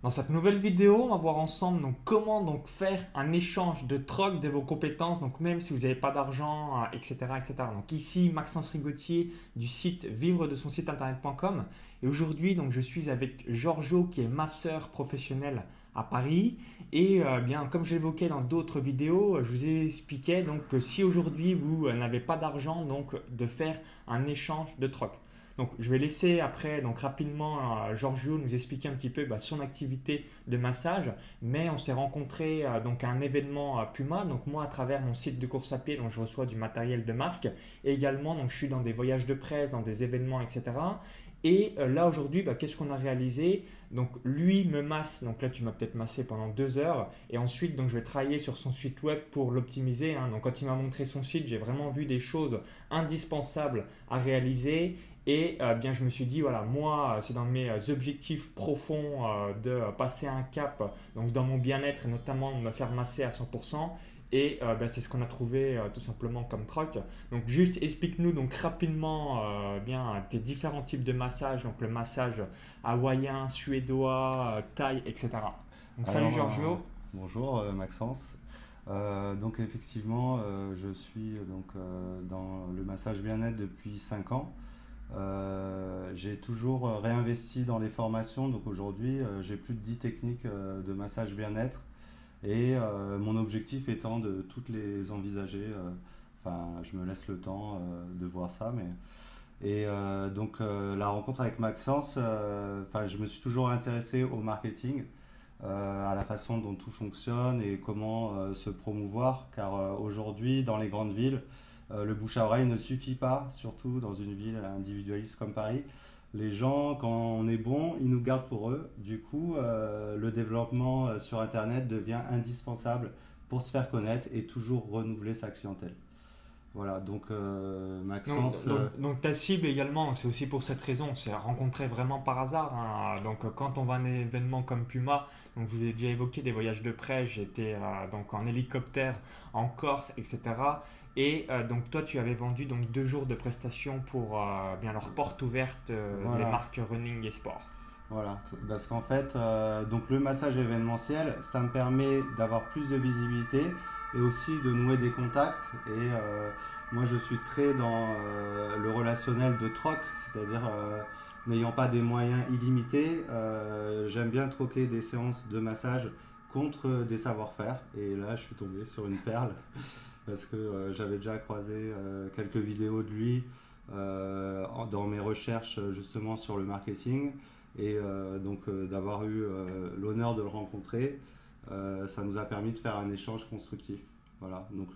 Dans cette nouvelle vidéo, on va voir ensemble donc, comment donc, faire un échange de troc de vos compétences, donc même si vous n'avez pas d'argent, etc., etc. Donc ici, Maxence Rigotier du site vivre de son site internet.com. Et aujourd'hui, donc, je suis avec Giorgio qui est masseur professionnel à Paris. Et bien, comme je l'évoquais dans d'autres vidéos, je vous expliquais donc, que si aujourd'hui vous n'avez pas d'argent, donc de faire un échange de troc. Donc, je vais laisser après donc rapidement Giorgio nous expliquer un petit peu son activité de massage. Mais on s'est rencontré donc à un événement Puma. Donc moi, à travers mon site de course à pied, donc je reçois du matériel de marque. Et également, donc je suis dans des voyages de presse, dans des événements, etc. Et là aujourd'hui, qu'est-ce qu'on a réalisé? Donc lui me masse, donc là tu m'as peut-être massé pendant 2 heures, et ensuite donc je vais travailler sur son site web pour l'optimiser, hein. Donc quand il m'a montré son site, j'ai vraiment vu des choses indispensables à réaliser. Et bien, je me suis dit, voilà, moi, c'est dans mes objectifs profonds de passer un cap donc dans mon bien-être et notamment de me faire masser à 100%. Et c'est ce qu'on a trouvé tout simplement comme troc. Donc juste explique-nous donc rapidement bien tes différents types de massages, donc le massage hawaïen, suédois, thaï, etc. Donc salut Alors, Giorgio. bonjour Maxence. Donc effectivement, je suis dans le massage bien-être depuis 5 ans. J'ai toujours réinvesti dans les formations, donc aujourd'hui j'ai plus de 10 techniques de massage bien-être et mon objectif étant de toutes les envisager. Enfin, je me laisse le temps de voir ça, mais la rencontre avec Maxence, enfin, je me suis toujours intéressé au marketing, à la façon dont tout fonctionne et comment se promouvoir, car aujourd'hui, dans les grandes villes, le bouche à oreille ne suffit pas, surtout dans une ville individualiste comme Paris. Les gens, quand on est bon, ils nous gardent pour eux. Du coup, le développement sur Internet devient indispensable pour se faire connaître et toujours renouveler sa clientèle. Voilà, donc Donc, Maxence, donc, donc ta cible également, c'est aussi pour cette raison, on s'est rencontrés vraiment par hasard, hein. Donc quand on va à un événement comme Puma, donc je vous ai déjà évoqué des voyages de presse, j'étais donc en hélicoptère en Corse, etc. Et donc toi tu avais vendu donc 2 jours de prestations pour bien leur porte ouverte, les voilà, marques running et sport. voilà, parce qu'en fait, donc le massage événementiel, ça me permet d'avoir plus de visibilité et aussi de nouer des contacts. Et moi, je suis très dans le relationnel de troc, c'est-à-dire n'ayant pas des moyens illimités, j'aime bien troquer des séances de massage contre des savoir-faire. Et là, je suis tombé sur une perle parce que j'avais déjà croisé quelques vidéos de lui dans mes recherches justement sur le marketing. Et d'avoir eu l'honneur de le rencontrer, ça nous a permis de faire un échange constructif. Voilà, donc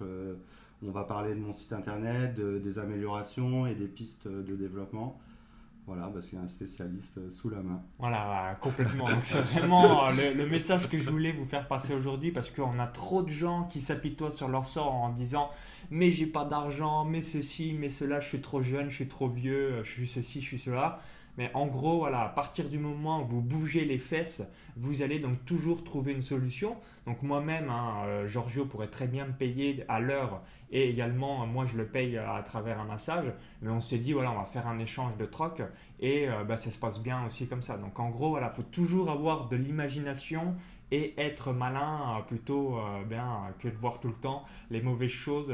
on va parler de mon site internet, des améliorations et des pistes de développement. Voilà, parce qu'il y a un spécialiste sous la main. Voilà, complètement. Donc c'est vraiment le message que je voulais vous faire passer aujourd'hui parce qu'on a trop de gens qui s'apitoient sur leur sort en disant mais j'ai pas d'argent, mais ceci, mais cela, je suis trop jeune, je suis trop vieux, je suis ceci, je suis cela. Mais en gros, voilà, à partir du moment où vous bougez les fesses, vous allez donc toujours trouver une solution. Donc moi-même, hein, Giorgio pourrait très bien me payer à l'heure et également moi je le paye à travers un massage. Mais on s'est dit voilà, on va faire un échange de troc et ça se passe bien aussi comme ça. Donc en gros, il faut toujours avoir de l'imagination et être malin plutôt bien que de voir tout le temps les mauvaises choses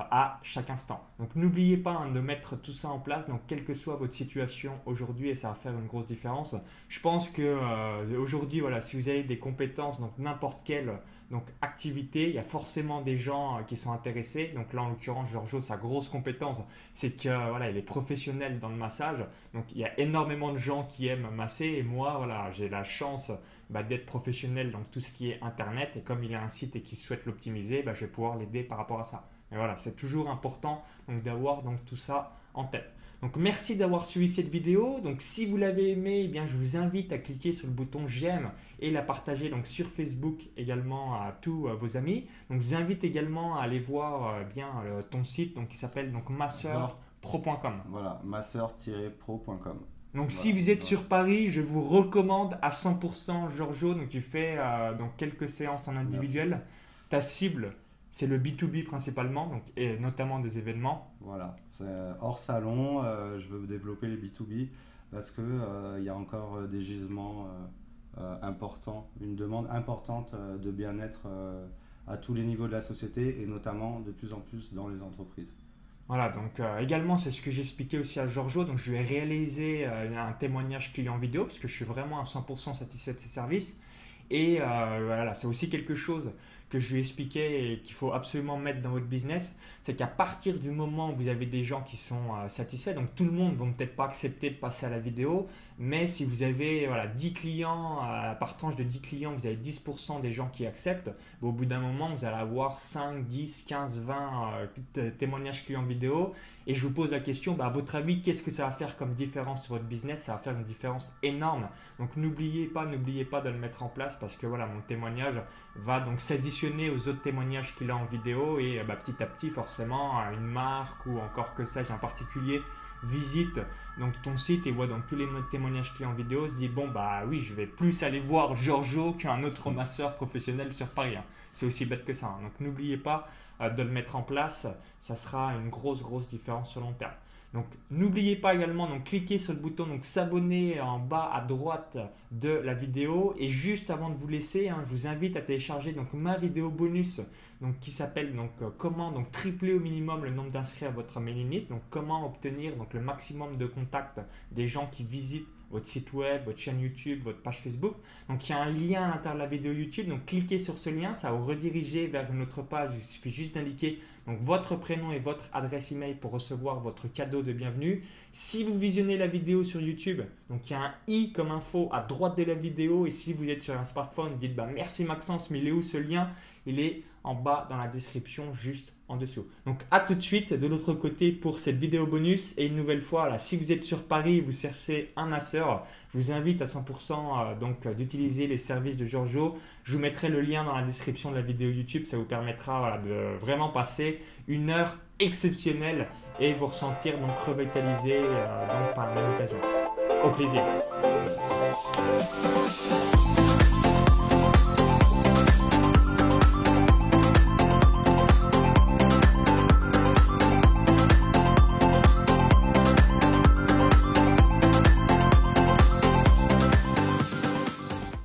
à chaque instant. Donc n'oubliez pas hein, de mettre tout ça en place, donc quelle que soit votre situation aujourd'hui, et ça va faire une grosse différence. Je pense que aujourd'hui, voilà, si vous avez des compétences, donc n'importe quelle donc, activité, il y a forcément des gens qui sont intéressés. Donc là, en l'occurrence, Giorgio, sa grosse compétence, c'est que voilà, il est professionnel dans le massage. Donc il y a énormément de gens qui aiment masser et moi, voilà, j'ai la chance d'être professionnel dans tout ce qui est internet et comme il a un site et qu'il souhaite l'optimiser, je vais pouvoir l'aider par rapport à ça. Mais voilà, c'est toujours important donc d'avoir donc tout ça en tête. Donc merci d'avoir suivi cette vidéo. Donc si vous l'avez aimé, eh bien je vous invite à cliquer sur le bouton j'aime et la partager donc sur Facebook également à tous vos amis. Donc je vous invite également à aller voir bien ton site donc qui s'appelle donc Genre, masseurpro.com. voilà, masseur-pro.com. Donc si Voilà, vous êtes sur Paris, je vous recommande à 100% Giorgio. Donc tu fais donc quelques séances en merci. individuel. Ta cible, c'est le B2B principalement, donc, et notamment des événements. Voilà, c'est hors salon, je veux développer les B2B parce que il y a encore des gisements une demande importante de bien-être à tous les niveaux de la société et notamment de plus en plus dans les entreprises. Voilà, donc également, c'est ce que j'expliquais aussi à Giorgio. Donc, je lui ai réalisé un témoignage client vidéo parce que je suis vraiment à 100% satisfait de ses services. Et voilà, c'est aussi quelque chose que je lui expliquais et qu'il faut absolument mettre dans votre business, c'est qu'à partir du moment où vous avez des gens qui sont satisfaits, donc tout le monde ne va peut-être pas accepter de passer à la vidéo, mais si vous avez 10 clients, par tranche de 10 clients, vous avez 10% des gens qui acceptent, au bout d'un moment, vous allez avoir 5, 10, 15, 20 témoignages clients vidéo. Et je vous pose la question, à votre avis, qu'est-ce que ça va faire comme différence sur votre business? Ça va faire une différence énorme. Donc n'oubliez pas de le mettre en place parce que voilà, mon témoignage va donc s'additionner aux autres témoignages qu'il a en vidéo et petit à petit, forcément, une marque ou encore que sais-je, un particulier visite donc ton site et voit donc tous les témoignages clients vidéo, se dit bon oui, je vais plus aller voir Giorgio qu'un autre masseur professionnel sur Paris. C'est aussi bête que ça. Donc n'oubliez pas de le mettre en place, ça sera une grosse différence sur long terme. Donc n'oubliez pas également, donc cliquez sur le bouton donc s'abonner en bas à droite de la vidéo et juste avant de vous laisser, je vous invite à télécharger donc ma vidéo bonus donc qui s'appelle donc comment donc tripler au minimum le nombre d'inscrits à votre mailing list, donc comment obtenir donc le maximum de contacts des gens qui visitent votre site web, votre chaîne YouTube, votre page Facebook. Donc il y a un lien à l'intérieur de la vidéo YouTube, donc cliquez sur ce lien, ça va vous rediriger vers une autre page. Il suffit juste d'indiquer donc votre prénom et votre adresse email pour recevoir votre cadeau de bienvenue. Si vous visionnez la vidéo sur YouTube, donc il y a un i comme info à droite de la vidéo et si vous êtes sur un smartphone, dites merci Maxence, mais il est où ce lien? Il est en bas dans la description juste en dessous. Donc à tout de suite de l'autre côté pour cette vidéo bonus et une nouvelle fois là, si vous êtes sur Paris et vous cherchez un masseur, je vous invite à 100% d'utiliser les services de Giorgio. Je vous mettrai le lien dans la description de la vidéo YouTube, ça vous permettra de vraiment passer une heure exceptionnelle et vous ressentir donc revitalisé par la même occasion. Au plaisir.